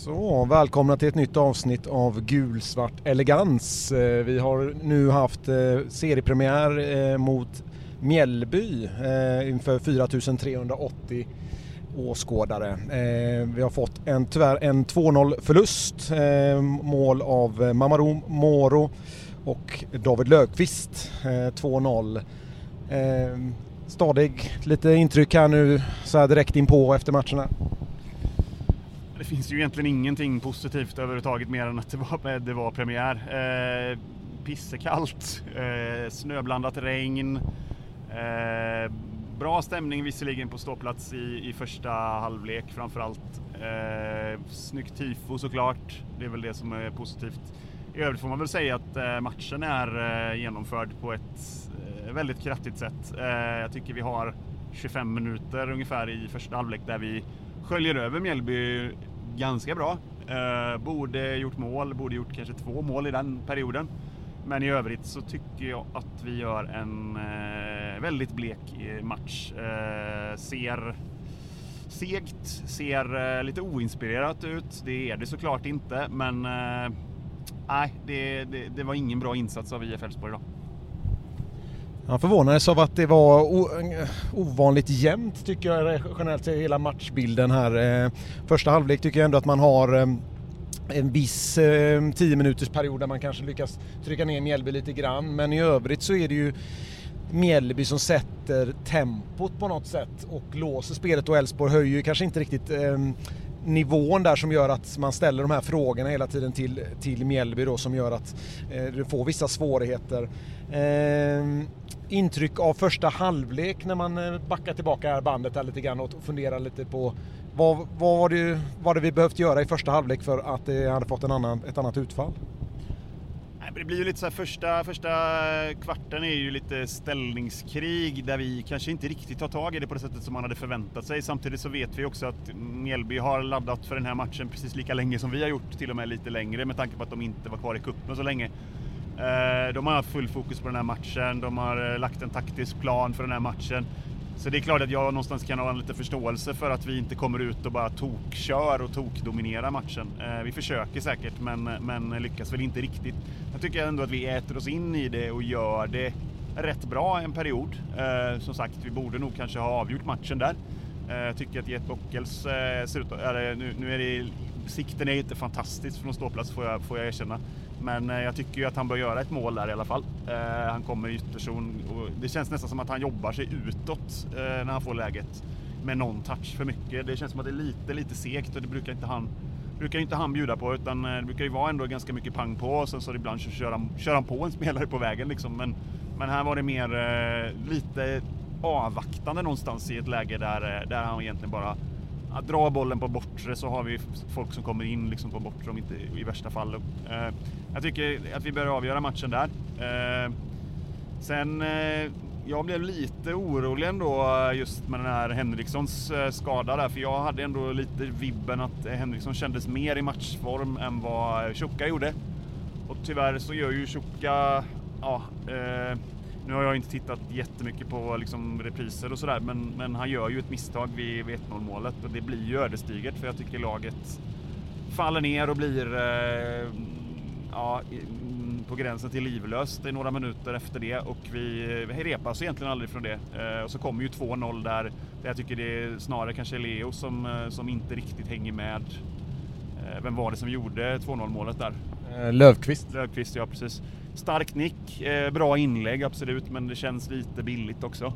Så, välkomna till ett nytt avsnitt av Gulsvart elegans. Vi har nu haft seriepremiär mot Mjällby inför 4380 åskådare. Vi har fått tyvärr en 2-0 förlust, mål av Mamadou Moro och David Löfqvist, 2-0. Stadig, lite intryck här nu så här direkt in på efter matcherna. Det finns ju egentligen ingenting positivt överhuvudtaget mer än att det var premiär. Pissekallt, snöblandat regn, bra stämning visserligen på ståplats i första halvlek framförallt. Snyggt tifo såklart, det är väl det som är positivt. I övrigt får man väl säga att matchen är genomförd på ett väldigt kraftigt sätt. Jag tycker vi har 25 minuter ungefär i första halvlek där vi sköljer över Mjällby ganska bra. Borde gjort kanske 2 mål i den perioden. Men i övrigt så tycker jag att vi gör en väldigt blek match. Ser segt, ser lite oinspirerat ut. Det är det såklart inte, men nej, det var ingen bra insats av IF Elfsborg idag. Jag förvånades av att det var ovanligt jämnt, tycker jag generellt i hela matchbilden här. Första halvlek tycker jag ändå att man har en viss 10 minuters period där man kanske lyckas trycka ner Mjällby lite grann. Men i övrigt så är det ju Mjällby som sätter tempot på något sätt och låser spelet, och Elfsborg höjer ju kanske inte riktigt nivån där som gör att man ställer de här frågorna hela tiden till Mjällby då, som gör att det får vissa svårigheter. Intryck av första halvlek när man backar tillbaka här bandet här lite grann och funderar lite på vad var det vi behövt göra i första halvlek för att det hade fått ett annat utfall? Det blir ju lite så här, första kvarten är ju lite ställningskrig där vi kanske inte riktigt tar tag i det på det sättet som man hade förväntat sig. Samtidigt så vet vi också att Mjällby har laddat för den här matchen precis lika länge som vi har gjort, till och med lite längre, med tanke på att de inte var kvar i cupen så länge. De har haft full fokus på den här matchen, de har lagt en taktisk plan för den här matchen. Så det är klart att jag någonstans kan ha en lite förståelse för att vi inte kommer ut och bara tokkör och tokdominerar matchen. Vi försöker säkert, men lyckas väl inte riktigt. Jag tycker ändå att vi äter oss in i det och gör det rätt bra en period. Som sagt, vi borde nog kanske ha avgjort matchen där. Jag tycker att Jet Bockels ser ut nu är det, sikten är inte fantastiskt från ståplats, får jag erkänna. Men jag tycker ju att han bör göra ett mål där i alla fall. Han kommer i ytterzon och det känns nästan som att han jobbar sig utåt när han får läget med någon touch för mycket. Det känns som att det är lite segt, och det brukar inte han bjuda på, utan det brukar ju vara ändå ganska mycket pang på, och sen så ibland kör han på en spelare på vägen liksom. Men här var det mer lite avvaktande någonstans i ett läge där han egentligen bara drar bollen på bortre, så har vi folk som kommer in liksom på bortre, om inte i värsta fall. Jag tycker att vi bör avgöra matchen där. Sen jag blev lite orolig ändå just med den här Henrikssons skada där, för jag hade ändå lite vibben att Henriksson kändes mer i matchform än vad Xhoka gjorde. Och tyvärr så gör ju Xhoka, nu har jag inte tittat jättemycket på liksom repriser och sådär, men han gör ju ett misstag vid 1-0-målet, och det blir ju ödesdigert, för jag tycker laget faller ner och blir på gränsen till livlöst i några minuter efter det, och vi repas egentligen aldrig från det. Och så kommer ju 2-0 där jag tycker det är snarare kanske Leo som inte riktigt hänger med. Vem var det som gjorde 2-0-målet där? Löfqvist, ja precis. Stark nick, bra inlägg absolut, men det känns lite billigt också.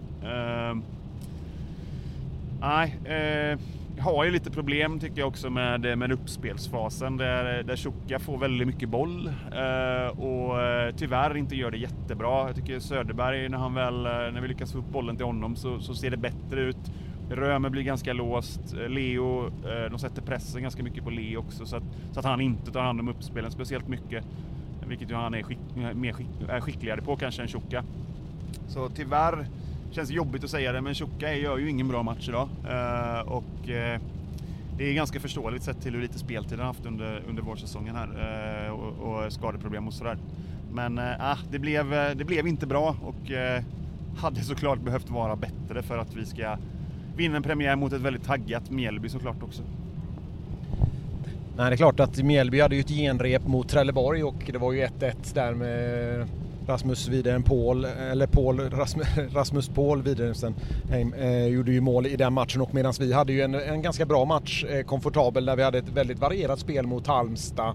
Jag har ju lite problem tycker jag också med uppspelsfasen där Xhoka får väldigt mycket boll och tyvärr inte gör det jättebra. Jag tycker Söderberg, när vi lyckas få upp bollen till honom så ser det bättre ut. Römer blir ganska låst. Leo, de sätter pressen ganska mycket på Leo också, så att han inte tar hand om uppspelen speciellt mycket, vilket ju han är skickligare på kanske än Xhoka. Så tyvärr känns jobbigt att säga det, men Xhoka gör ju ingen bra match idag. Det är ganska förståeligt sett till hur lite speltid han haft under vårsäsongen här och skadeproblem och sådär. Men det blev inte bra, och hade såklart behövt vara bättre för att vi ska vinna en premiär mot ett väldigt taggat Mjällby såklart också. Nej, det är klart att Mjällby hade ju ett genrep mot Trelleborg och det var ju 1-1 där med Rasmus Paul Widersen gjorde ju mål i den matchen, och medan vi hade ju en ganska bra match, komfortabel, där vi hade ett väldigt varierat spel mot Halmstad,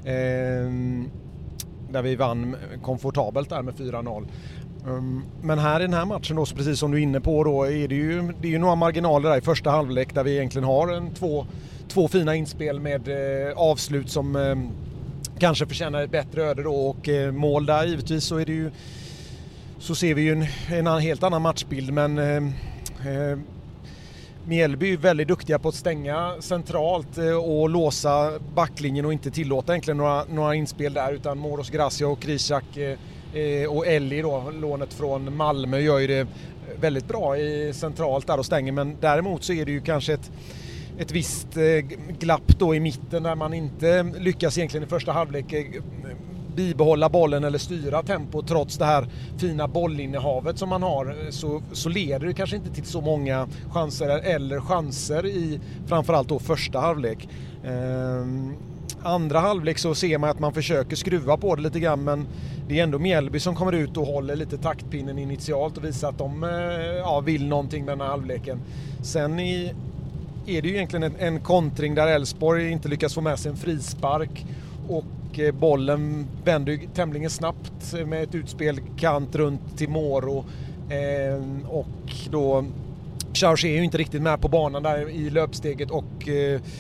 där vi vann komfortabelt där med 4-0. Men här i den här matchen då, så precis som du är inne på då, det är ju några marginaler där i första halvlek där vi egentligen har två fina inspel med avslut som kanske förtjänar ett bättre öde då, och mål där givetvis, så är det ju, så ser vi ju en helt annan matchbild, men Mjällby är väldigt duktiga på att stänga centralt och låsa backlinjen och inte tillåta egentligen några inspel där, utan Moros Gracia och Krisak och Ellie då, lånet från Malmö, gör ju det väldigt bra i centralt där och stänger, men däremot så är det ju kanske ett visst glapp då i mitten där man inte lyckas egentligen i första halvlek bibehålla bollen eller styra tempo trots det här fina bollinnehavet som man har, så leder det kanske inte till så många chanser i framförallt då första halvlek. Andra halvlek så ser man att man försöker skruva på det lite grann, men det är ändå Mjällby som kommer ut och håller lite taktpinnen initialt och visar att de vill någonting med den här halvleken. Sen är det ju egentligen en kontring där Elfsborg inte lyckas få med sig en frispark, och bollen vänder tämligen snabbt med ett utspel kant runt till Moro, och då Charge är ju inte riktigt med på banan där i löpsteget, och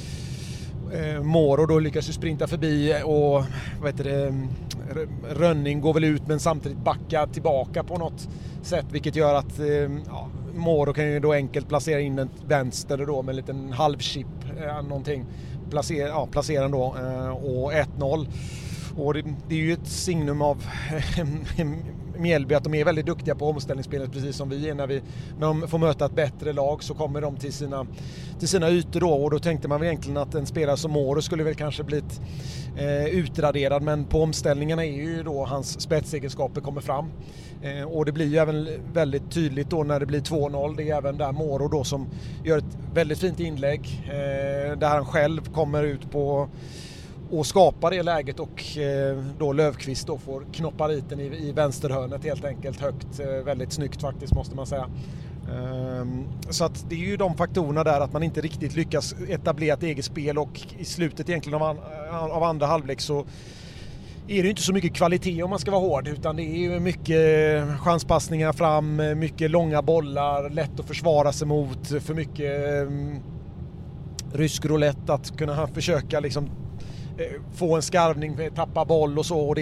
Moro då lyckas ju sprinta förbi, och Rönning går väl ut men samtidigt backar tillbaka på något sätt, vilket gör att Moro kan ju då enkelt placera in en vänster då med en liten halvchip någonting, placera den då, och 1-0. Och det är ju ett signum av Mjällby att de är väldigt duktiga på omställningsspelet, precis som vi är. När de får möta ett bättre lag så kommer de till sina ytor då, och då tänkte man väl egentligen att en spelare som Moro skulle väl kanske blivit utraderad, men på omställningarna är ju då hans spetsegenskaper kommer fram. Och det blir ju även väldigt tydligt då när det blir 2-0. Det är även där Moro då som gör ett väldigt fint inlägg där han själv kommer ut på och skapar det läget, och då Löfqvist då får knoppa riten i vänsterhörnet helt enkelt högt. Väldigt snyggt faktiskt, måste man säga. Så att det är ju de faktorerna där, att man inte riktigt lyckas etablera ett eget spel, och i slutet egentligen av andra halvlek så är det inte så mycket kvalitet om man ska vara hård, utan det är ju mycket chanspassningar fram, mycket långa bollar, lätt att försvara sig mot, för mycket rysk roulette att kunna försöka liksom få en skarvning, tappa boll och så, och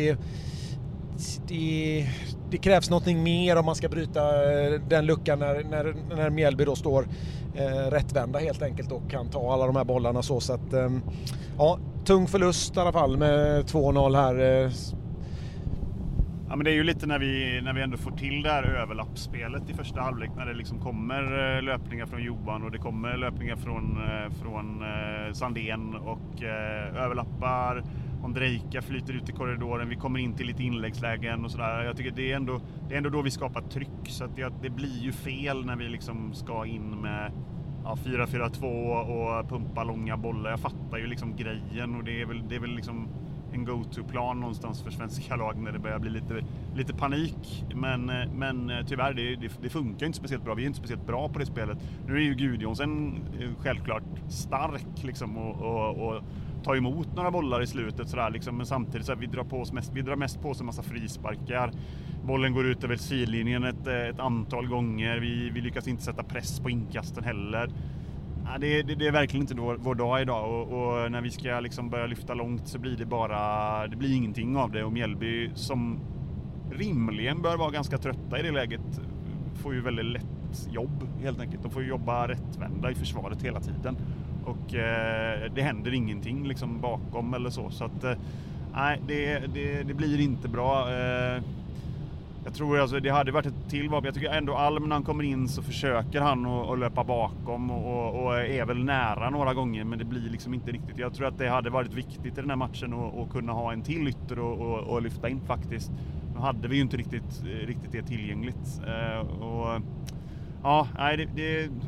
det krävs någonting mer om man ska bryta den luckan när Mjällby då står rättvända helt enkelt och kan ta alla de här bollarna så att tung förlust i alla fall med 2-0 här. Ja, men det är ju lite när vi ändå får till det här överlappspelet i första halvlek, när det liksom kommer löpningar från Johan och det kommer löpningar från Sandén och överlappar. Ondrejka flyter ut i korridoren, vi kommer in till lite inläggslägen och sådär. Jag tycker det är ändå då vi skapar tryck, så att det blir ju fel när vi liksom ska in med 4-4-2 och pumpa långa bollar. Jag fattar ju liksom grejen, och det är väl liksom en go-to-plan någonstans för svenska lag när det börjar bli lite panik. Men tyvärr, det funkar inte speciellt bra. Vi är inte speciellt bra på det spelet. Nu är ju Gudjonsen självklart stark liksom, och tar emot några bollar i slutet sådär, liksom, men samtidigt så här, vi drar mest på oss en massa frisparkar. Bollen går ut över sidlinjen ett antal gånger. Vi lyckas inte sätta press på inkasten heller. Ja, det är verkligen inte vår dag idag, och när vi ska liksom börja lyfta långt så blir det blir ingenting av det, och Mjällby, som rimligen bör vara ganska trötta i det läget, får ju väldigt lätt jobb helt enkelt. De får ju jobba rättvända i försvaret hela tiden, och det händer ingenting liksom bakom eller så att nej, det blir inte bra. Jag tror alltså det hade varit ett till vapen. Jag tycker ändå Alm, när han kommer in så försöker han att löpa bakom och är väl nära några gånger, men det blir liksom inte riktigt. Jag tror att det hade varit viktigt i den här matchen att kunna ha en till ytter och lyfta in faktiskt. Nu hade vi ju inte riktigt det tillgängligt. Och ja, nej,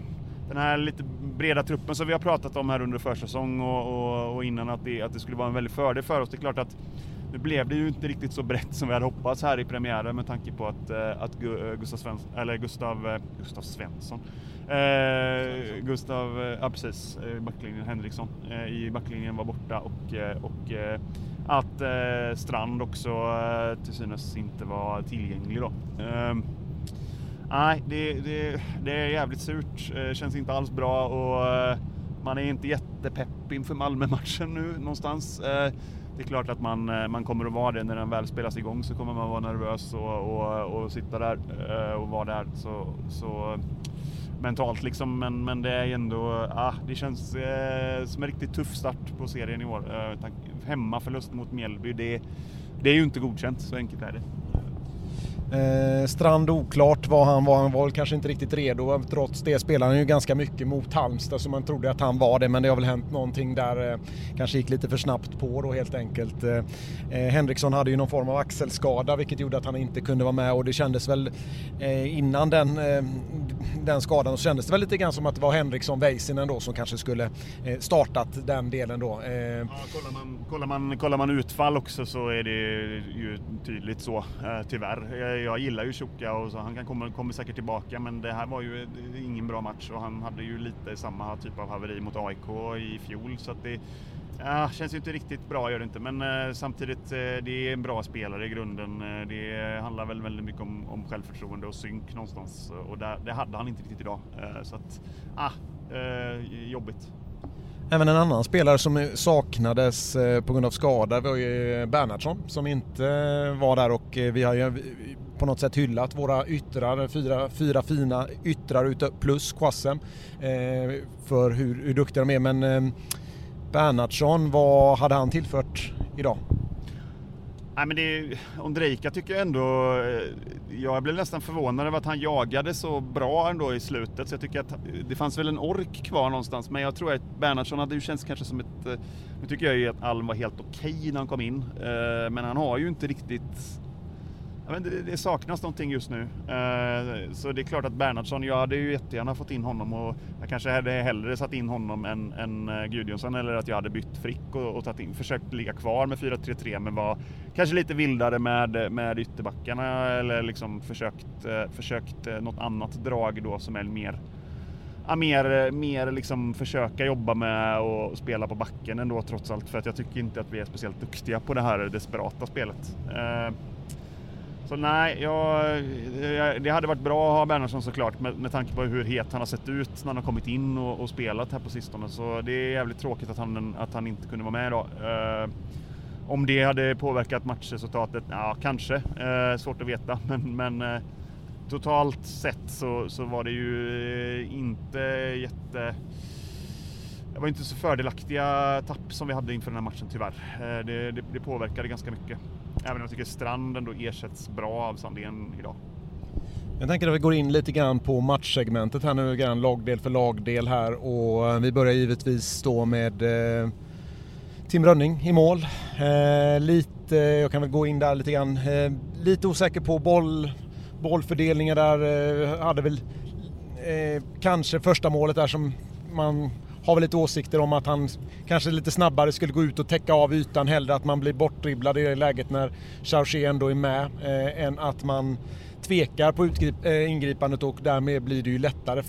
den här lite breda truppen som vi har pratat om här under försäsong och innan att det skulle vara en väldig fördel för oss. Det är klart att nu blev det ju inte riktigt så brett som vi hade hoppats här i premiären med tanke på att backlinjen Henriksson i backlinjen var borta och att Strand också till synes inte var tillgänglig då. Nej, det är jävligt surt. Känns inte alls bra och man är inte jättepepp inför Malmö-matchen nu någonstans. Det är klart att man kommer att vara det när den väl spelas igång, så kommer man vara nervös och sitta där och vara där så mentalt liksom, men det är ändå det känns som en riktigt tuff start på serien i år. Hemmaförlust mot Mjällby, det är ju inte godkänt, så enkelt är det. Strand oklart vad han var kanske inte riktigt redo. Trots det spelade han ju ganska mycket mot Halmstad, så man trodde att han var det, men det har väl hänt någonting där, kanske gick lite för snabbt på då helt enkelt. Henriksson hade ju någon form av axelskada, vilket gjorde att han inte kunde vara med, och det kändes väl innan den skadan, så kändes det väl lite grann som att det var Henriksson Väisänen då som kanske skulle startat den delen då. Kollar man utfall också så är det ju tydligt så, tyvärr. Jag gillar ju Tjocka och så han kommer säkert tillbaka, men det här var ju ingen bra match och han hade ju lite samma typ av haveri mot AIK i fjol, så att det känns ju inte riktigt bra, gör det inte, men samtidigt det är en bra spelare i grunden. Det handlar väl väldigt mycket om självförtroende och synk någonstans, och det hade han inte riktigt idag, så att jobbigt. Även en annan spelare som saknades på grund av skada var ju Bernhardsson, som inte var där, och vi har ju på något sätt hyllat våra yttrar, fyra fina yttrar plus Kvassem för hur duktiga de är, men Bernhardsson, vad hade han tillfört idag? Nej, men Ondrejka tycker jag ändå, jag blev nästan förvånad över att han jagade så bra ändå i slutet, så jag tycker att det fanns väl en ork kvar någonstans, men jag tror att Bernhardsson hade ju känts kanske som nu tycker jag ju att Alm var helt okej när han kom in, men han har ju inte riktigt, det saknas någonting just nu, så det är klart att Bernhardsson, jag hade ju jättegärna fått in honom, och jag kanske hade hellre satt in honom än Gudjonsson, eller att jag hade bytt Frick och försökt ligga kvar med 4-3-3, men var kanske lite vildare med ytterbackarna, eller liksom försökt något annat drag då som är mer liksom försöka jobba med och spela på backen ändå trots allt, för att jag tycker inte att vi är speciellt duktiga på det här desperata spelet. Så nej, det hade varit bra att ha Bernhardsson såklart, med tanke på hur het han har sett ut när han har kommit in och spelat här på sistone. Så det är jävligt tråkigt att han inte kunde vara med idag. Om det hade påverkat matchresultatet, ja kanske. Svårt att veta, men totalt sett så var det ju inte det var inte så fördelaktiga tapp som vi hade inför den här matchen, tyvärr. Det påverkade ganska mycket. Även om jag tycker Stranden då ersätts bra av Sandén idag. Jag tänker att vi går in lite grann på matchsegmentet här nu, grann lagdel för lagdel här, och vi börjar givetvis då med Tim Rönning i mål. Jag kan väl gå in där lite grann. Lite osäker på bollfördelningen där. Hade väl kanske första målet där som man har väl lite åsikter om att han kanske lite snabbare skulle gå ut och täcka av ytan, hellre att man blir bortdribblad i det läget när Chargé ändå är med, än att man tvekar på ingripandet, och därmed blir det ju lättare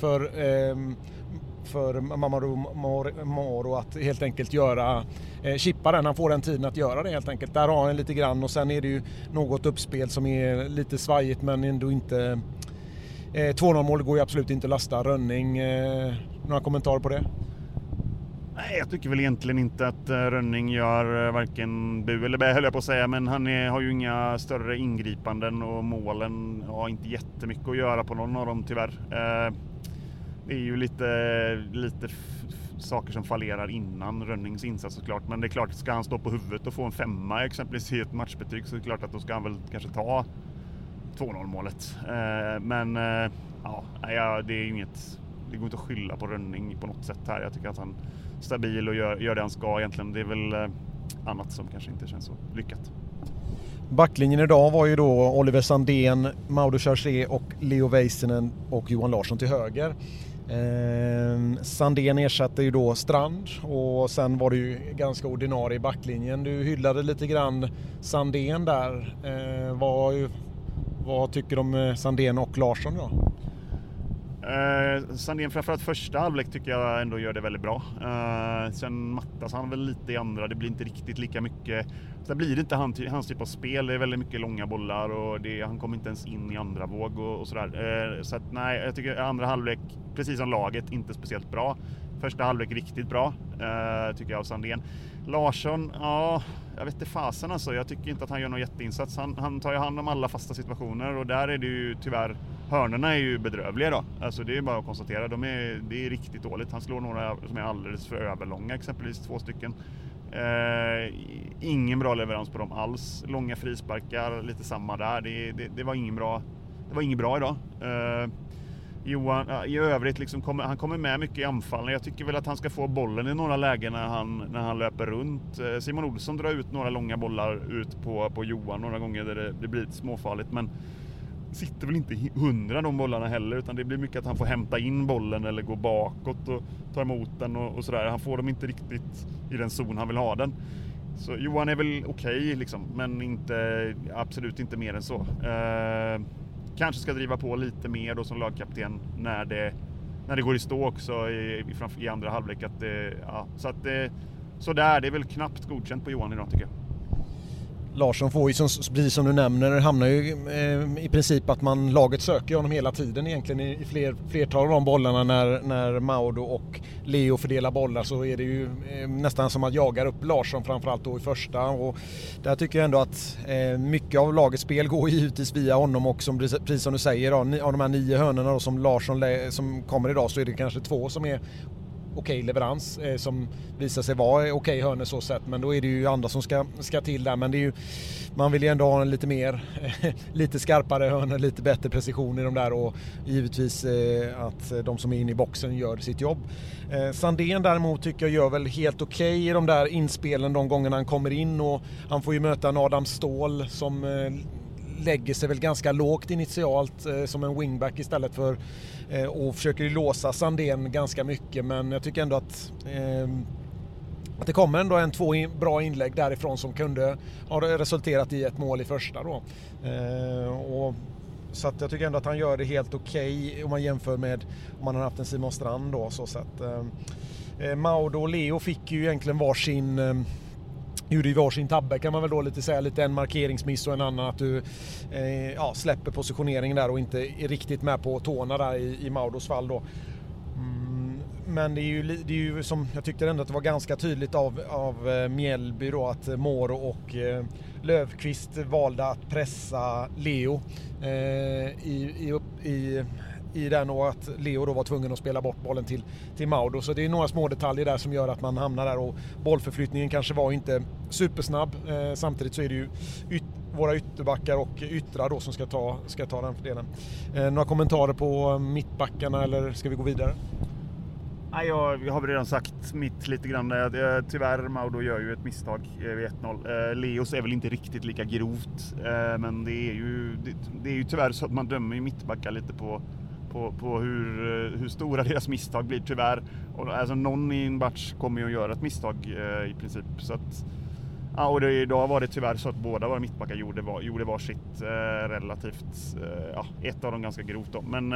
för Mamadou Moro att helt enkelt chippa den. Han får den tiden att göra det helt enkelt. Där har han lite grann, och sen är det ju något uppspel som är lite svajigt, men ändå inte 2-0 mål går ju absolut inte att lasta Rönning. Några kommentarer på det? Nej, jag tycker väl egentligen inte att Rönning gör varken bu eller bä, höll jag på att säga, men han har ju inga större ingripanden, och målen har inte jättemycket att göra på någon av dem, tyvärr. Det är ju lite saker som fallerar innan Rönnings insats såklart, men det är klart, ska han stå på huvudet och få en 5 exempelvis i ett matchbetyg, så är det klart att då ska han väl kanske ta 2-0 målet. Men det är inget, det går inte att skylla på Rönning på något sätt här. Jag tycker att han är stabil och gör det han ska egentligen. Det är väl annat som kanske inte känns så lyckat. Backlinjen idag var ju då Oliver Sandén, Mauro Chargé och Leo Väisänen och Johan Larsson till höger. Sandén ersatte ju då Strand och sen var det ju ganska ordinarie i backlinjen. Du hyllade lite grann Sandén där. Vad tycker du om Sandén och Larsson då? Sandén framförallt första halvlek tycker jag ändå gör det väldigt bra. Sen mattas han väl lite i andra. Det blir inte riktigt lika mycket. Sen blir det inte hans typ av spel. Det är väldigt mycket långa bollar och han kommer inte ens in i andra våg och sådär. Så att, nej, jag tycker andra halvlek, precis som laget, inte speciellt bra. Första halvlek riktigt bra, tycker jag, av Sandén. Larsson, ja, jag vet inte fasen alltså. Jag tycker inte att han gör någon jätteinsats. Han tar ju hand om alla fasta situationer och där är det ju tyvärr, hörnorna är ju bedrövliga då. Alltså det är bara att konstatera, det är riktigt dåligt. Han slår några som är alldeles för överlånga, exempelvis 2 stycken. Ingen bra leverans på dem alls. Långa frisparkar, lite samma där. Det var inget bra idag. Johan, i övrigt liksom han kommer med mycket i anfallen. Jag tycker väl att han ska få bollen i några lägen när han löper runt. Simon Olsson drar ut några långa bollar ut på Johan några gånger där det blir lite småfarligt, men sitter väl inte 100 de bollarna heller, utan det blir mycket att han får hämta in bollen eller gå bakåt och ta emot den och sådär. Han får dem inte riktigt i den zon han vill ha den. Så Johan är väl okej liksom, men absolut inte mer än så. Kanske ska driva på lite mer då som lagkapten när det går i stå också i andra halvlek. Så det är väl knappt godkänt på Johan idag, tycker jag. Larsson får ju, precis som du nämner, hamnar ju i princip att laget söker honom hela tiden egentligen i flertal av de bollarna när Maudo och Leo fördelar bollar, så är det ju nästan som att jaga upp Larsson framförallt då i första, och där tycker jag ändå att mycket av lagets spel går givetvis via honom, och som, precis som du säger då, av de här 9 hörnorna då, som Larsson som kommer idag, så är det kanske 2 som är okej leverans som visar sig vara okej hörnor så sett, men då är det ju andra som ska till där, men det är ju, man vill ju ändå ha en lite mer lite skarpare hörnor, lite bättre precision i de där, och givetvis att de som är inne i boxen gör sitt jobb. Sandén däremot tycker jag gör väl helt okej i de där inspelen de gångerna han kommer in, och han får ju möta en Adam Ståhl som lägger sig väl ganska lågt initialt som en wingback istället för och försöker ju låsa Sandén ganska mycket, men jag tycker ändå att det kommer ändå 2 bra inlägg därifrån som kunde ha resulterat i ett mål i första då. Så att jag tycker ändå att han gör det helt okej om man jämför med om man har haft en Simon Strand då, så att Maudo och Leo fick ju egentligen gjorde ju varsin tabbe, kan man väl då lite säga, lite en markeringsmiss och en annan att du släpper positioneringen där och inte är riktigt med på tårna där i Maudos fall då. Men det är ju som jag tyckte ändå att det var ganska tydligt av Mjällby då, att Moro och Löfqvist valde att pressa Leo i den, och att Leo då var tvungen att spela bort bollen till Maudo. Så det är några små detaljer där som gör att man hamnar där, och bollförflyttningen kanske var inte supersnabb. Samtidigt så är det ju våra ytterbackar och yttrar då som ska ta den fördelen. Några kommentarer på mittbackarna, eller ska vi gå vidare? Nej, jag har redan sagt mitt lite grann. Tyvärr, Maudo gör ju ett misstag vid 1-0. Leos är väl inte riktigt lika grovt, men det är ju tyvärr så att man dömer ju mittbackar lite på hur stora deras misstag blir, tyvärr. Och alltså någon i en match kommer ju att göra ett misstag i princip. Så att, och idag var det tyvärr så att båda våra mittbackar gjorde varsitt relativt, ett av dem ganska grovt då. Men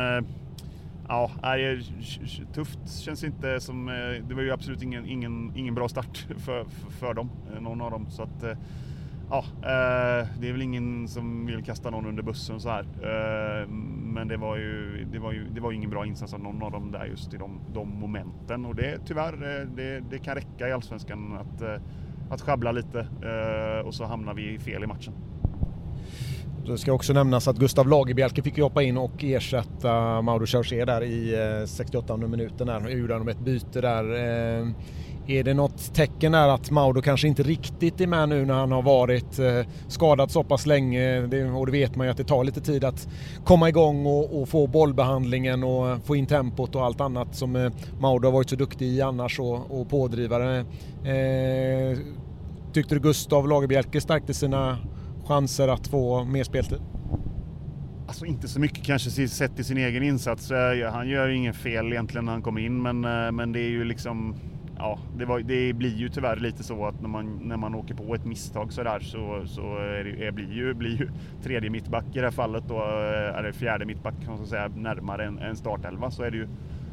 tufft känns inte som, det var ju absolut ingen bra start för dem, någon av dem, så att det är väl ingen som vill kasta någon under bussen så här, men det var ju ingen bra insats av någon av dem där just i de momenten, och det tyvärr det kan räcka i Allsvenskan att schabbla lite, och så hamnar vi fel i matchen. Det ska också nämnas att Gustav Lagerbielke fick hoppa in och ersätta Mauro Chauché där i 68:e minuten där, och gjorde de ett byte där. Är det något tecken där att Maudo kanske inte riktigt är med nu när han har varit skadad så pass länge, och det vet man ju att det tar lite tid att komma igång och få bollbehandlingen och få in tempot och allt annat som Maudo har varit så duktig i annars, och pådrivare. Tyckte du Gustav Lagerbielke stärkte sina chanser att få mer speltid? Alltså inte så mycket kanske sett i sin egen insats. Han gör ju ingen fel egentligen när han kommer in, men det är ju liksom, ja, det blir ju tyvärr lite så att när man åker på ett misstag så där så blir ju tredje mittback i det här fallet då, är det fjärde mittback kan man säga, närmare en startelva, så är det ju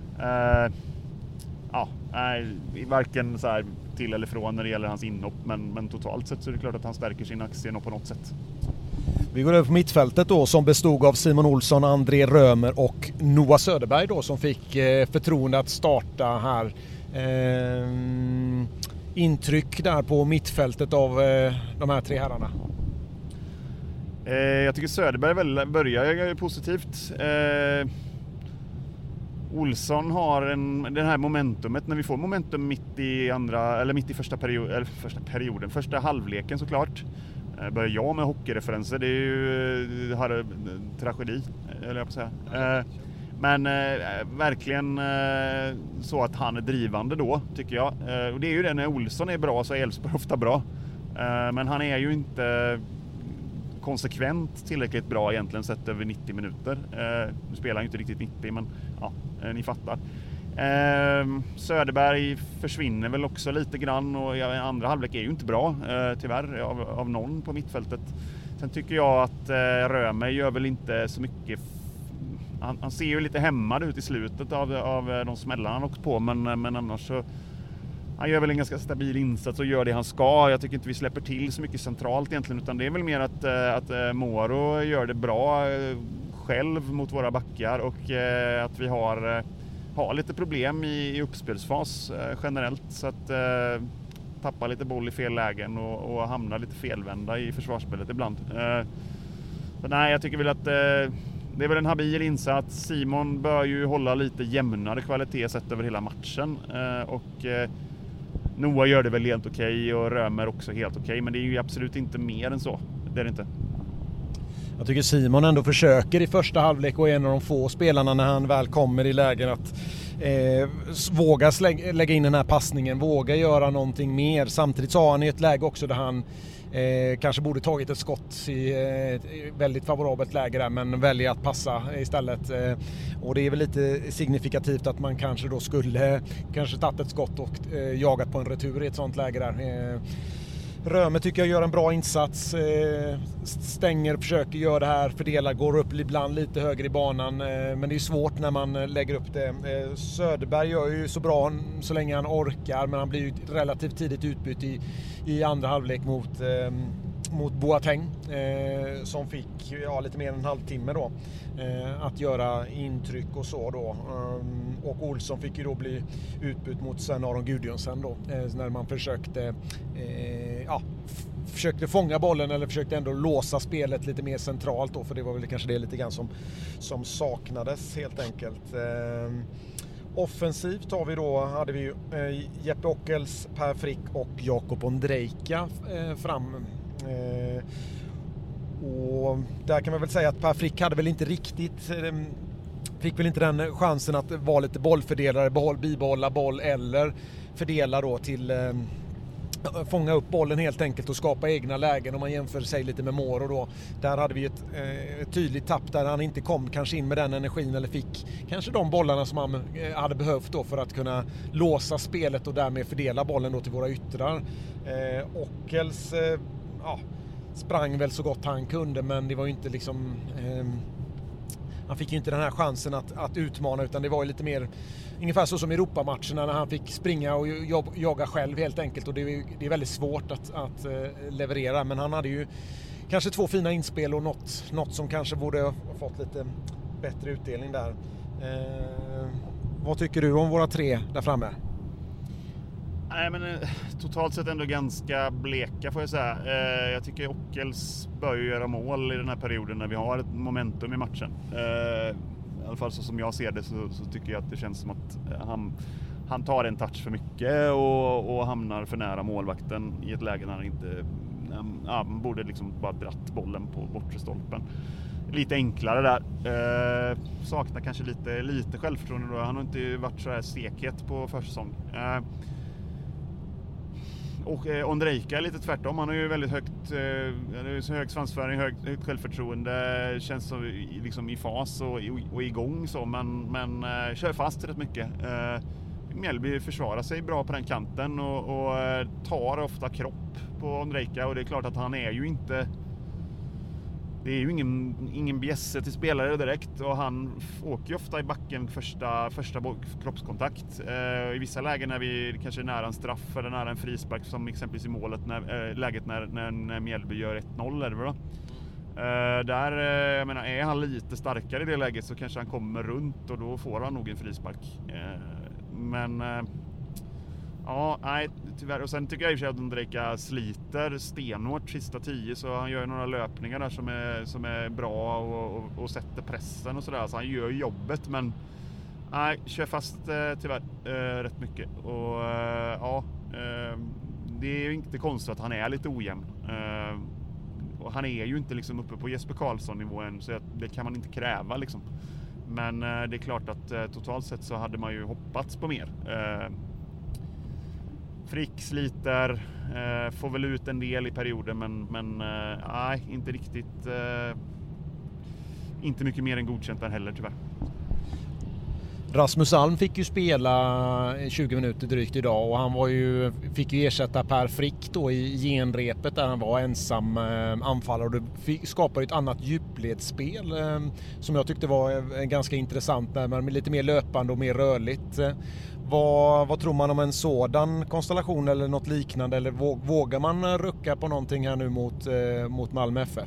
varken så här till eller från när det gäller hans inhopp, men totalt sett så är det klart att han stärker sin aktie på något sätt. Vi går över på mittfältet då, som bestod av Simon Olsson, André Römer och Noah Söderberg då, som fick förtroende att starta här. Intryck där på mittfältet av de här tre herrarna? Jag tycker Söderberg börjar positivt. Olsson har det här momentumet, när vi får momentum mitt i första halvleken såklart. Börjar jag med hockeyreferenser, det är ju tragedi, eller jag på säga. Men verkligen så att han är drivande då, tycker jag. Och det är ju det, när Olsson är bra så är Elfsborg ofta bra. Men han är ju inte konsekvent tillräckligt bra egentligen sett över 90 minuter. Nu spelar han ju inte riktigt 90, men ja, ni fattar. Söderberg försvinner väl också lite grann, och andra halvlek är ju inte bra tyvärr av någon på mittfältet. Sen tycker jag att Römer gör väl inte så mycket. Han ser ju lite hämmad ut i slutet av de smällarna han åkt på, men annars så han gör väl en ganska stabil insats och gör det han ska. Jag tycker inte vi släpper till så mycket centralt egentligen, utan det är väl mer att Moro gör det bra själv mot våra backar, och att vi har lite problem i uppspelsfas generellt, så att tappa lite boll i fel lägen och hamna lite felvända i försvarsspelet ibland. Så nej, jag tycker väl att det är väl en habil insats. Simon bör ju hålla lite jämnare kvalitet sett över hela matchen, och Noah gör det väl helt okej, och Römer också helt okej, men det är ju absolut inte mer än så. Det är det inte. Jag tycker Simon ändå försöker i första halvlek, och är en av de få spelarna när han väl kommer i lägen att våga lägga in den här passningen, våga göra någonting mer. Samtidigt så har han i ett läge också där han kanske borde tagit ett skott i ett väldigt favorabelt läge där, men väljer att passa istället. Och det är väl lite signifikativt att man kanske då skulle tagit ett skott och jagat på en retur i ett sånt läge där. Römer tycker jag gör en bra insats, stänger, försöker göra det här, fördelar, går upp ibland lite högre i banan, men det är svårt när man lägger upp det. Söderberg gör ju så bra så länge han orkar, men han blir ju relativt tidigt utbytt i andra halvlek mot Boateng, som fick lite mer än en halvtimme då att göra intryck och så då. Och Olsson fick ju då bli utbytt mot Aron Gudjonsen då, när man försökte fånga bollen, eller försökte ändå låsa spelet lite mer centralt då, för det var väl kanske det lite grann som saknades helt enkelt. Offensivt hade vi Jeppe Ockels, Per Frick och Jakob Ondrejka fram. Och där kan man väl säga att Per Frick hade väl inte riktigt, fick väl inte den chansen att vara lite bollfördelare, bibehålla boll eller fördela då till fånga upp bollen helt enkelt och skapa egna lägen, om man jämför sig lite med Moro då. Där hade vi ett tydligt tapp där han inte kom kanske in med den energin, eller fick kanske de bollarna som han hade behövt då för att kunna låsa spelet och därmed fördela bollen då till våra yttrar. Ockels sprang väl så gott han kunde, men det var ju inte liksom han fick ju inte den här chansen att utmana, utan det var ju lite mer ungefär så som i Europamatcherna när han fick springa och jaga själv helt enkelt, och det är väldigt svårt att leverera, men han hade ju kanske 2 fina inspel och något som kanske borde ha fått lite bättre utdelning där. Vad tycker du om våra 3 där framme? Nej, men totalt sett ändå ganska bleka får jag säga. Jag tycker Ockels bör ju göra mål i den här perioden när vi har ett momentum i matchen. I alla fall så som jag ser det så tycker jag att det känns som att han tar en touch för mycket och hamnar för nära målvakten i ett läge när han inte borde liksom bara dratt bollen på bortre stolpen. Lite enklare där. Saknar kanske lite självförtroende då. Han har inte varit så här stekhet på försäsong. Och Ondrejka är lite tvärtom. Han har ju väldigt hög svansföring, högt självförtroende, känns som liksom i fas och igång så, men kör fast rätt mycket. Mjällby försvarar sig bra på den kanten och tar ofta kropp på Ondrejka, och det är klart att han är ju inte... Det är ju ingen bjässe till spelare direkt, och han åker ju ofta i backen första kroppskontakt. I vissa lägen när vi kanske är nära en straff eller nära en frispark, som exempelvis i målet läget när Mjällby gör 1-0 eller då. Där, jag menar, är han lite starkare i det läget så kanske han kommer runt, och då får han nog en frispark. Men ja, nej, tyvärr. Och sen tycker jag i och för sig att Ondrejka sliter stenhårt sista 10, så han gör några löpningar där som är bra och sätter pressen och sådär. Så han gör jobbet, men nej, kör fast tyvärr rätt mycket. Och ja, det är ju inte konstigt att han är lite ojämn. Och han är ju inte liksom uppe på Jesper Karlsson-nivån, så det kan man inte kräva liksom. Men det är klart att totalt sett så hade man ju hoppats på mer. Frick sliter, får väl ut en del i perioden, men nej, inte riktigt. Inte mycket mer än godkänt där heller tyvärr. Rasmus Alm fick ju spela 20 minuter drygt idag, och han fick ju ersätta Per Frick då i genrepet där han var ensam anfallare, och det skapade ett annat djupledsspel som jag tyckte var ganska intressant, med lite mer löpande och mer rörligt. Vad tror man om en sådan konstellation eller något liknande, eller vågar man rucka på någonting här nu mot Malmö FF?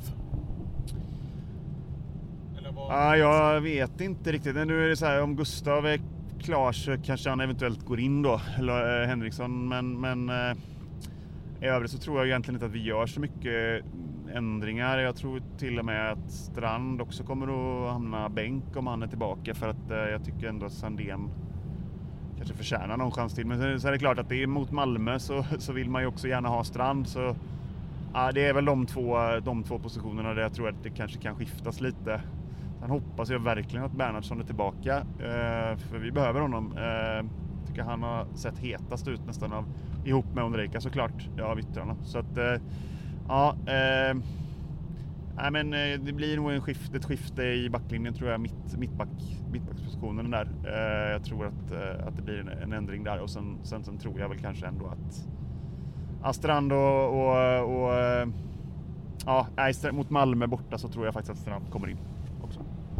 Ja, jag vet inte riktigt. Nu är det så här, om Gustav är klar så kanske han eventuellt går in då, eller Henriksson, men i övrigt så tror jag egentligen inte att vi gör så mycket ändringar. Jag tror till och med att Strand också kommer att hamna bänk om han är tillbaka, för att jag tycker ändå att Sandén kanske förtjänar någon chans till. Men så är det klart att det är mot Malmö så vill man ju också gärna ha Strand, så ja, det är väl de två positionerna där jag tror att det kanske kan skiftas lite. Sen hoppas jag verkligen att Bernhardsson är tillbaka, för vi behöver honom. Tycker han har sett hetast ut nästan ihop med Ondrejka såklart, av yttrarna. Så att ja, nej, men det blir nog ett skifte i backlinjen, tror jag, mittbackspositionen där. Jag tror att det blir en ändring där, och sen tror jag väl kanske ändå att Strand och ja, mot Malmö borta så tror jag faktiskt att Strand kommer in också.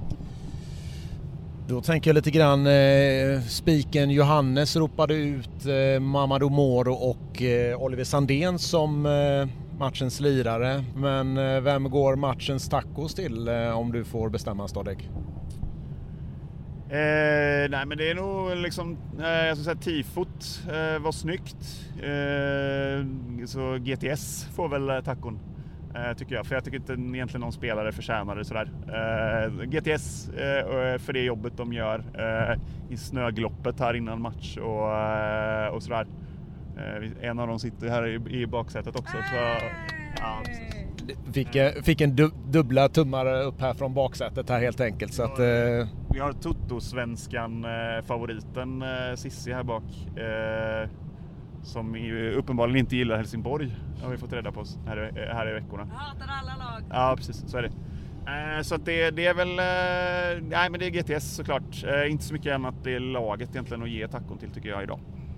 Då tänker jag lite grann, spiken Johannes ropade ut Mamadou Moro och Oliver Sandén som matchens lirare. Men vem går matchens tacos till om du får bestämma, Stadek? Nej, men det är nog liksom, jag ska säga tifot var snyggt. Så GTS får väl tacon, tycker jag. För jag tycker inte egentligen någon spelare förtjänar det sådär. GTS för det jobbet de gör i snögloppet här innan match och sådär. En av dem sitter här i baksätet också. Så, ja, fick en dubbla tummar upp här från baksätet här helt enkelt. Så att, vi har Toto-svenskan favoriten Sissi här bak. Som uppenbarligen inte gillar Helsingborg, har vi fått reda på här i veckorna. Jag hatar alla lag. Ja, precis, så är det. Så att det är väl, nej, men det är GTS såklart. Inte så mycket annat, det är laget egentligen att ge tacon till, tycker jag, idag.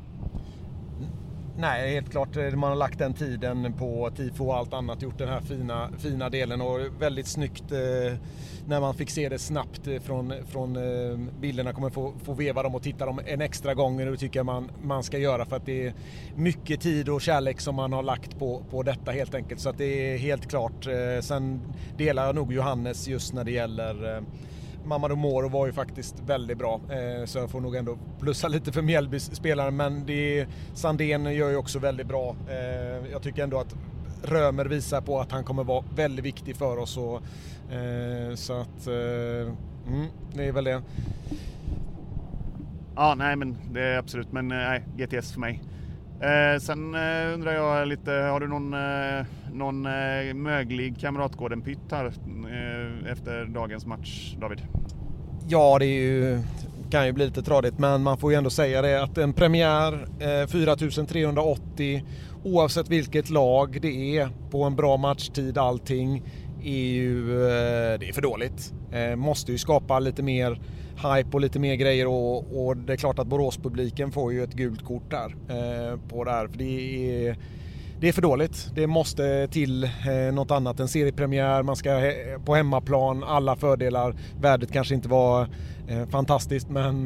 Nej, helt klart. Man har lagt den tiden på tifo och allt annat, gjort den här fina delen, och väldigt snyggt när man fick se det snabbt från bilderna. Kommer få veva dem och titta dem en extra gång, och det tycker jag man ska göra, för att det är mycket tid och kärlek som man har lagt på detta helt enkelt. Så att det är helt klart. Sen delar jag nog Johannes just när det gäller Mamadou Moro var ju faktiskt väldigt bra, så jag får nog ändå plussa lite för Mjällbys spelare, men Sandén gör ju också väldigt bra. Jag tycker ändå att Römer visar på att han kommer vara väldigt viktig för oss, och, så att det är väl det. Ja, nej, men det är absolut, men nej, GTS för mig. Sen undrar jag lite, har du någon möglig Kamratgården-pytt här efter dagens match, David? Ja, det är ju kan ju bli lite tradigt, men man får ju ändå säga det att en premiär 4380 oavsett vilket lag det är på en bra matchtid, allting är ju det är för dåligt. Måste ju skapa lite mer hype och lite mer grejer och det är klart att Borås-publiken får ju ett gult kort där på det här, för det är för dåligt. Det måste till något annat, en seriepremiär, man ska på hemmaplan, alla fördelar, värdet kanske inte var fantastiskt, men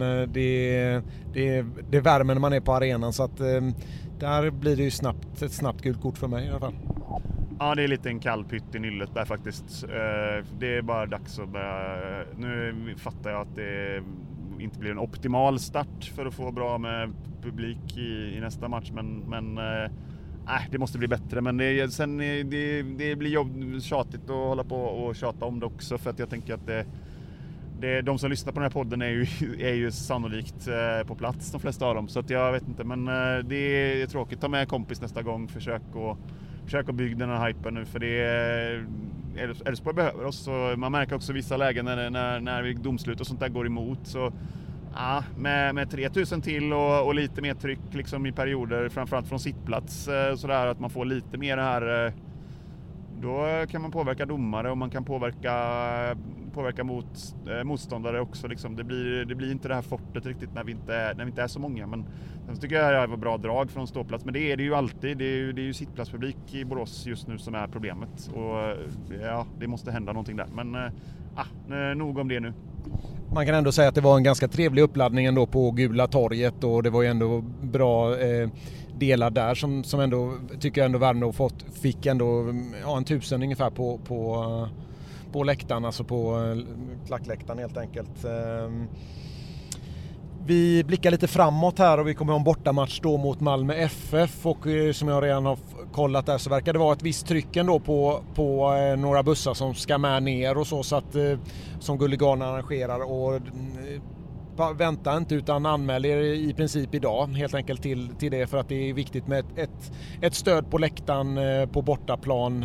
det värmer när man är på arenan, så att där blir det ju ett snabbt gult kort för mig i alla fall. Ja, det är lite en kall pytt i nyllet där faktiskt. Det är bara dags att börja. Nu fattar jag att det inte blir en optimal start för att få bra med publik i nästa match, men det måste bli bättre. Men det blir tjatigt att hålla på och tjata om det också, för att jag tänker att de som lyssnar på den här podden är ju sannolikt på plats, de flesta av dem. Så att jag vet inte, men det är tråkigt. Ta med kompis nästa gång, försök att bygga den här hypen nu, för det Elfsborg behöver oss. Så man märker också vissa lägen när domslut och sånt där går emot, så med 3000 till och lite mer tryck liksom i perioder, framförallt från sittplats, sådär att man får lite mer det här, då kan man påverka domare och man kan påverka motståndare också liksom. Det blir inte det här fortet riktigt när vi inte är så många, men sen tycker jag det var bra drag från ståplats, men det är det ju alltid. Det är ju sittplatspublik i Borås just nu som är problemet, och det måste hända någonting där, men nog om det nu. Man kan ändå säga att det var en ganska trevlig uppladdning ändå på Gula torget, och det var ju ändå bra delar där som ändå tycker jag ändå Värnamo fick ändå 1000 ungefär på läktaren, alltså på klackläktaren helt enkelt. Vi blickar lite framåt här och vi kommer ha en bortamatch då mot Malmö FF, och som jag redan har kollat där så verkar det vara ett visst tryck ändå på några bussar som ska med ner och så att som Gulligan arrangerar, och vänta inte utan anmäl er i princip idag helt enkelt till det, för att det är viktigt med ett stöd på läktaren på bortaplan.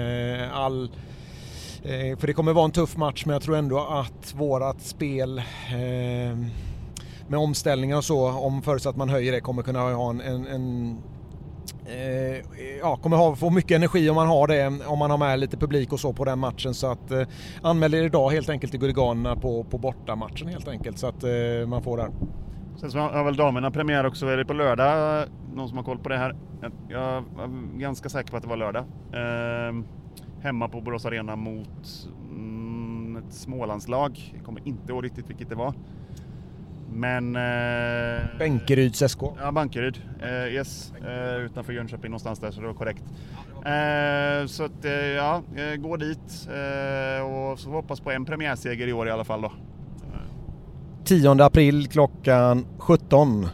För det kommer vara en tuff match, men jag tror ändå att vårat spel med omställningar och så, om förutsatt att man höjer det, kommer kunna ha få mycket energi om man har det, om man har med lite publik och så på den matchen. Så att anmäl er idag helt enkelt till Gulliganerna på bortamatchen helt enkelt, så att man får där. Sen så har väl damerna premiär också, är det på lördag? Någon som har koll på det här? Jag är ganska säker på att det var lördag. Hemma på Borås Arena mot ett Smålandslag. Jag kommer inte ihåg riktigt vilket det var. Men Bänkeryds SK. Ja, Bankeryd. Utanför Jönköping någonstans där, så det var korrekt. Så att gå dit och så hoppas på en premiärseger i år i alla fall då. 10 april klockan 17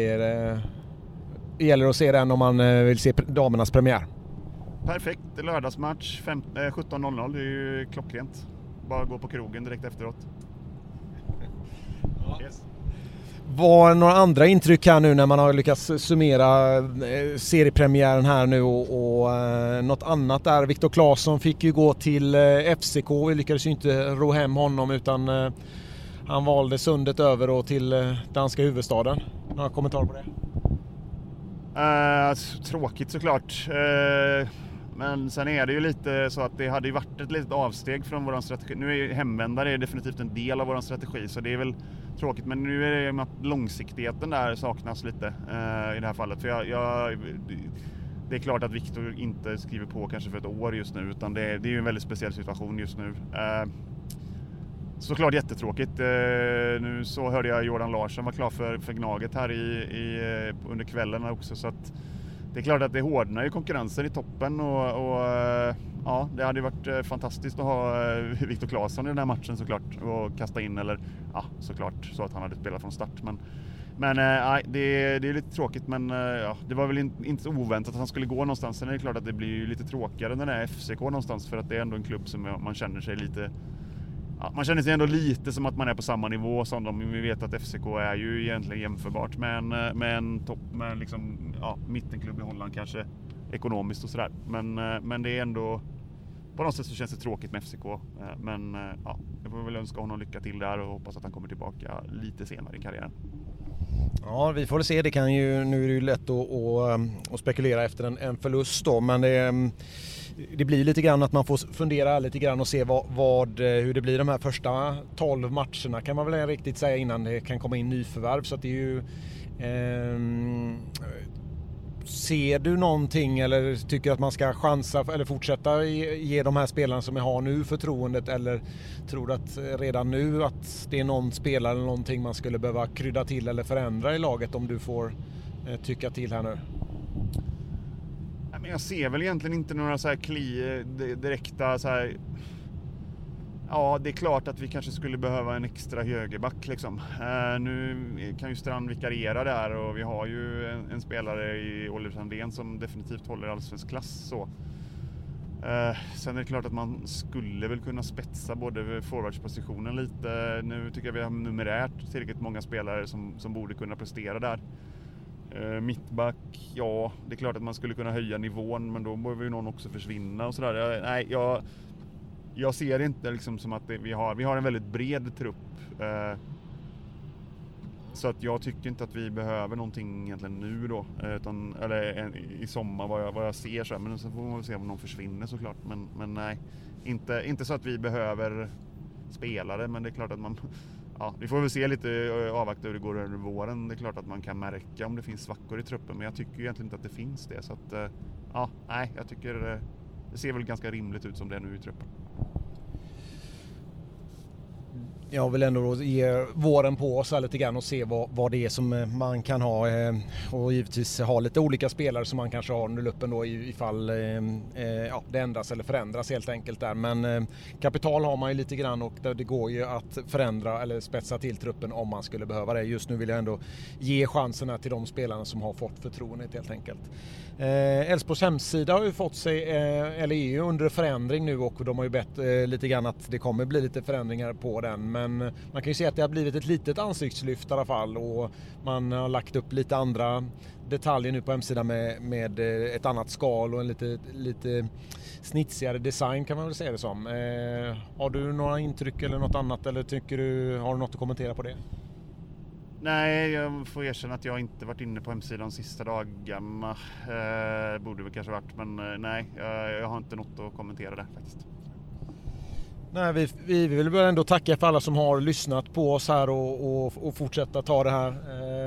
gäller att se den om man vill se damernas premiär. Perfekt, lördagsmatch 17.00, det är ju klockrent. Bara gå på krogen direkt efteråt. Yes. Var några andra intryck här nu när man har lyckats summera seriepremiären här nu och något annat där? Viktor Claesson fick ju gå till FCK, vi lyckades ju inte ro hem honom, utan han valde sundet över och till danska huvudstaden. Några kommentarer på det? Tråkigt såklart. Men sen är det ju lite så att det hade ju varit ett litet avsteg från våran strategi. Nu är ju hemvändare definitivt en del av våran strategi, så det är väl tråkigt. Men nu är det att långsiktigheten där saknas lite i det här fallet. För det är klart att Viktor inte skriver på kanske för ett år just nu, utan det är ju en väldigt speciell situation just nu. Såklart jättetråkigt. Nu så hörde jag Jordan Larsson var klar för Gnaget här under kvällen också, så att det är klart att det hårdnar ju konkurrensen i toppen och det hade ju varit fantastiskt att ha Viktor Claesson i den här matchen såklart, och kasta in, eller såklart så att han hade spelat från start, men det är lite tråkigt, men det var väl inte så oväntat att han skulle gå någonstans. Sen är det klart att det blir ju lite tråkigare när det är FCK någonstans, för att det är ändå en klubb som man känner sig lite. Man känner sig ändå lite som att man är på samma nivå som dem. Vi vet att FCK är ju egentligen jämförbart med en topp, med liksom, mittenklubb i Holland kanske ekonomiskt och sådär. Men det är ändå på något sätt så känns det tråkigt med FCK. Men ja, jag får väl önska honom lycka till där och hoppas att han kommer tillbaka lite senare i karriären. Ja, vi får se. Det kan ju, nu är det ju lätt att spekulera efter en förlust då, men det blir lite grann att man får fundera lite grann och se hur det blir de här första 12 matcherna kan man väl riktigt säga innan det kan komma in nyförvärv. Så att det är ju ser du någonting eller tycker att man ska chansa eller fortsätta ge de här spelarna som jag har nu förtroendet, eller tror du att redan nu att det är någon spelare eller någonting man skulle behöva krydda till eller förändra i laget om du får tycka till här nu? Jag ser väl egentligen inte några så här direkta så här. Ja, det är klart att vi kanske skulle behöva en extra högerback liksom. Nu kan ju Strand vikariera där och vi har ju en spelare i Oliver Sandén som definitivt håller allsvensk klass så. Sen är det klart att man skulle väl kunna spetsa både forwardspositionen lite. Nu tycker jag vi har numerärt tillräckligt många spelare som borde kunna prestera där. Mittback, ja, det är klart att man skulle kunna höja nivån, men då behöver ju någon också försvinna och sådär. Nej, jag ser det inte liksom som att vi har en väldigt bred trupp. Så att jag tycker inte att vi behöver någonting egentligen nu då, eller i sommar vad jag ser så här. Men sen får man väl se om någon försvinner såklart. Men nej, inte så att vi behöver spelare, men det är klart att man. Ja, vi får väl se lite avvakta hur det går under våren. Det är klart att man kan märka om det finns svackor i truppen, men jag tycker egentligen inte att det finns det. Så att, ja, nej, jag tycker det ser väl ganska rimligt ut som det är nu i truppen. Jag vill ändå ge våren på oss lite grann och se vad det är som man kan ha och givetvis ha lite olika spelare som man kanske har under luppen då ifall det ändras eller förändras helt enkelt där. Men kapital har man ju lite grann och det går ju att förändra eller spetsa till truppen om man skulle behöva det. Just nu vill jag ändå ge chanserna till de spelarna som har fått förtroendet helt enkelt. Elfsborgs hemsida har ju fått sig, eller är ju under förändring nu och de har ju bett lite grann att det kommer bli lite förändringar på den. Men man kan ju se att det har blivit ett litet ansiktslyft i alla fall och man har lagt upp lite andra detaljer nu på hemsidan med ett annat skal och en lite snitsigare design kan man väl säga det som. Har du några intryck eller något annat eller har du något att kommentera på det? Nej, jag får erkänna att jag inte varit inne på hemsidan de sista dagarna. Borde väl kanske varit, men nej, jag har inte något att kommentera där faktiskt. Nej, vi vill väl ändå tacka för alla som har lyssnat på oss här och fortsätta ta det här.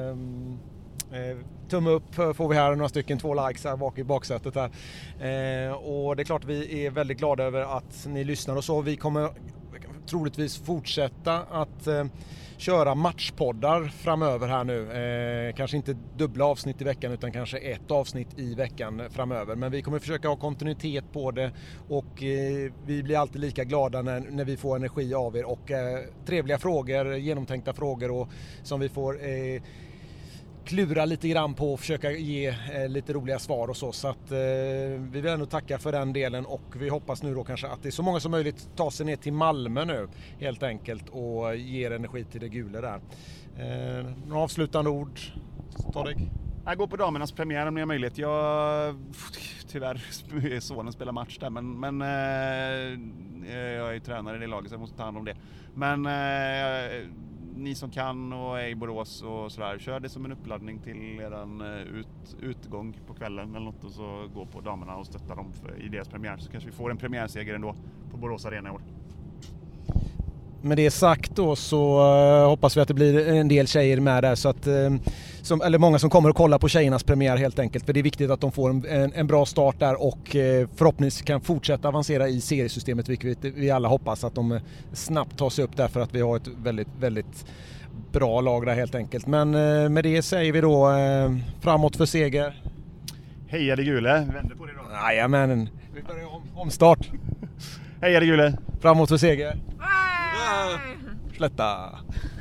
Tumme upp får vi här, några stycken, 2 likes här bak i baksätet här. Och det är klart vi är väldigt glada över att ni lyssnar och så. Vi kommer troligtvis fortsätta att köra matchpoddar framöver här nu. Kanske inte dubbla avsnitt i veckan utan kanske ett avsnitt i veckan framöver. Men vi kommer försöka ha kontinuitet på det och vi blir alltid lika glada när vi får energi av er och trevliga frågor, genomtänkta frågor och som vi får klura lite grann på och försöka ge lite roliga svar och så att vi vill ändå tacka för den delen och vi hoppas nu då kanske att det är så många som möjligt tar sig ner till Malmö nu helt enkelt och ger energi till det gula där. Några avslutande ord, Tadek? Jag går på damernas premiär om ni har möjlighet. Tyvärr sonen spelar match där men jag är ju tränare i det laget så jag måste ta hand om det. Men ni som kan och är i Borås och sådär, kör det som en uppladdning till eran utgång på kvällen eller något och så gå på damerna och stötta dem i deras premiär så kanske vi får en premiärseger ändå på Borås Arena i år. Med det sagt då så hoppas vi att det blir en del tjejer med där så att, eller många som kommer att kolla på tjejernas premiär helt enkelt för det är viktigt att de får en bra start där och förhoppningsvis kan fortsätta avancera i seriesystemet vilket vi alla hoppas att de snabbt tar sig upp där för att vi har ett väldigt, väldigt bra lag där helt enkelt. Men med det säger vi då framåt för seger. Heja det gule, vänder på det då. Jajamän, vi börjar omstart. Heja det gule. Framåt för seger. Slätta.